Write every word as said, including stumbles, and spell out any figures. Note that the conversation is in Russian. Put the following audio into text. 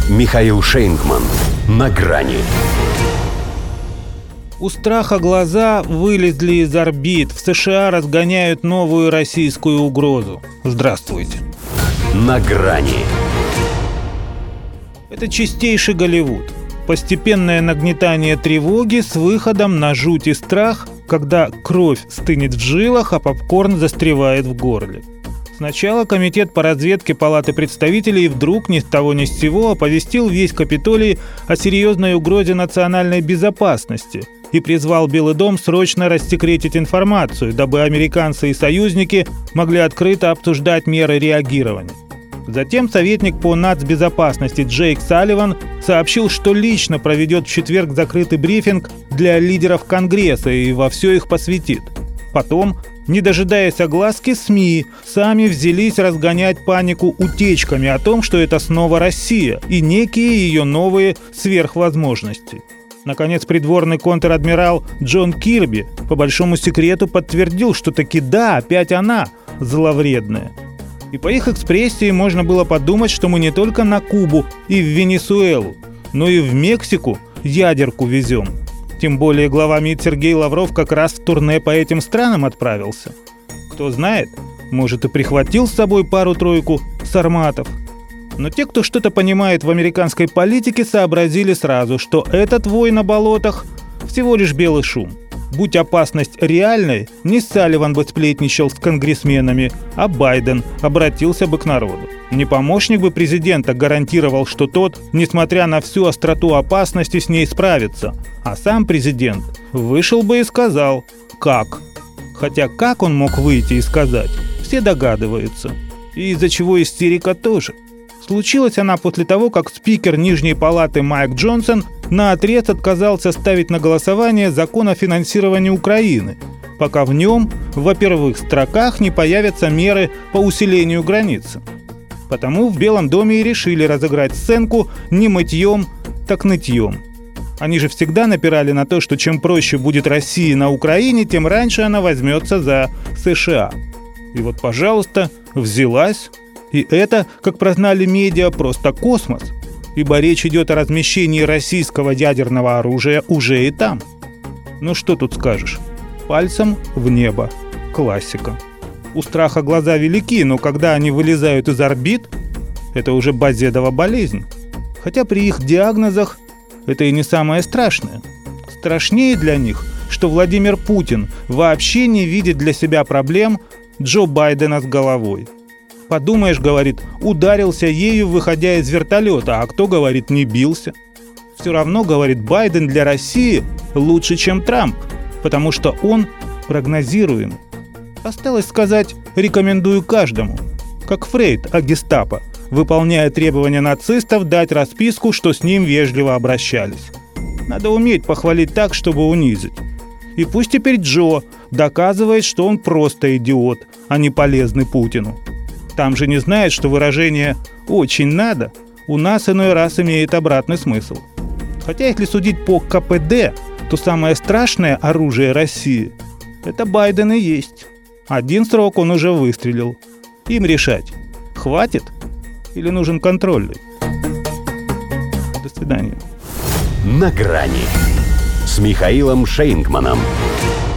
Михаил Шейнгман. На грани. У страха глаза вылезли из орбит. В США разгоняют новую российскую угрозу. Здравствуйте. На грани. Это чистейший Голливуд. Постепенное нагнетание тревоги с выходом на жуть и страх, когда кровь стынет в жилах, а попкорн застревает в горле. Сначала комитет по разведке Палаты представителей вдруг ни с того ни с сего оповестил весь Капитолий о серьезной угрозе национальной безопасности и призвал Белый дом срочно рассекретить информацию, дабы американцы и союзники могли открыто обсуждать меры реагирования. Затем советник по нацбезопасности Джейк Салливан сообщил, что лично проведет в четверг закрытый брифинг для лидеров Конгресса и во все их посвятит. Потом, не дожидаясь огласки, СМИ сами взялись разгонять панику утечками о том, что это снова Россия и некие ее новые сверхвозможности. Наконец, придворный контр-адмирал Джон Кирби по большому секрету подтвердил, что таки да, опять она, зловредная. И по их экспрессии можно было подумать, что мы не только на Кубу и в Венесуэлу, но и в Мексику ядерку везем. Тем более глава МИД Сергей Лавров как раз в турне по этим странам отправился. Кто знает, может и прихватил с собой пару-тройку сарматов. Но те, кто что-то понимает в американской политике, сообразили сразу, что этот вой на болотах всего лишь белый шум. Будь опасность реальной, не Салливан бы сплетничал с конгрессменами, а Байден обратился бы к народу. Не помощник бы президента гарантировал, что тот, несмотря на всю остроту опасности, с ней справится, а сам президент вышел бы и сказал «как». Хотя как он мог выйти и сказать, все догадываются. И из-за чего истерика тоже. Случилась она после того, как спикер Нижней палаты Майк Джонсон наотрез отказался ставить на голосование закон о финансировании Украины, пока в нем во первых строках не появятся меры по усилению границы. Потому в Белом доме и решили разыграть сценку не мытьем, так нытьем. Они же всегда напирали на то, что чем проще будет России на Украине, тем раньше она возьмется за США. И вот, пожалуйста, взялась. И это, как прознали медиа, просто космос, ибо речь идет о размещении российского ядерного оружия уже и там. Ну что тут скажешь? Пальцем в небо. Классика. У страха глаза велики, но когда они вылезают из орбит, это уже базедова болезнь. Хотя при их диагнозах это и не самое страшное. Страшнее для них, что Владимир Путин вообще не видит для себя проблем Джо Байдена с головой. Подумаешь, говорит, ударился ею, выходя из вертолета, а кто, говорит, не бился. Все равно, говорит, Байден для России лучше, чем Трамп, потому что он прогнозируем. Осталось сказать, рекомендую каждому, как Фрейд о гестапо, выполняя требования нацистов, дать расписку, что с ним вежливо обращались. Надо уметь похвалить так, чтобы унизить. И пусть теперь Джо доказывает, что он просто идиот, а не полезный Путину. Там же не знает, что выражение «очень надо» у нас иной раз имеет обратный смысл. Хотя, если судить по ка пэ дэ, то самое страшное оружие России – это Байден и есть. Один срок он уже выстрелил. Им решать, хватит или нужен контрольный. До свидания. На грани с Михаилом Шейнгманом.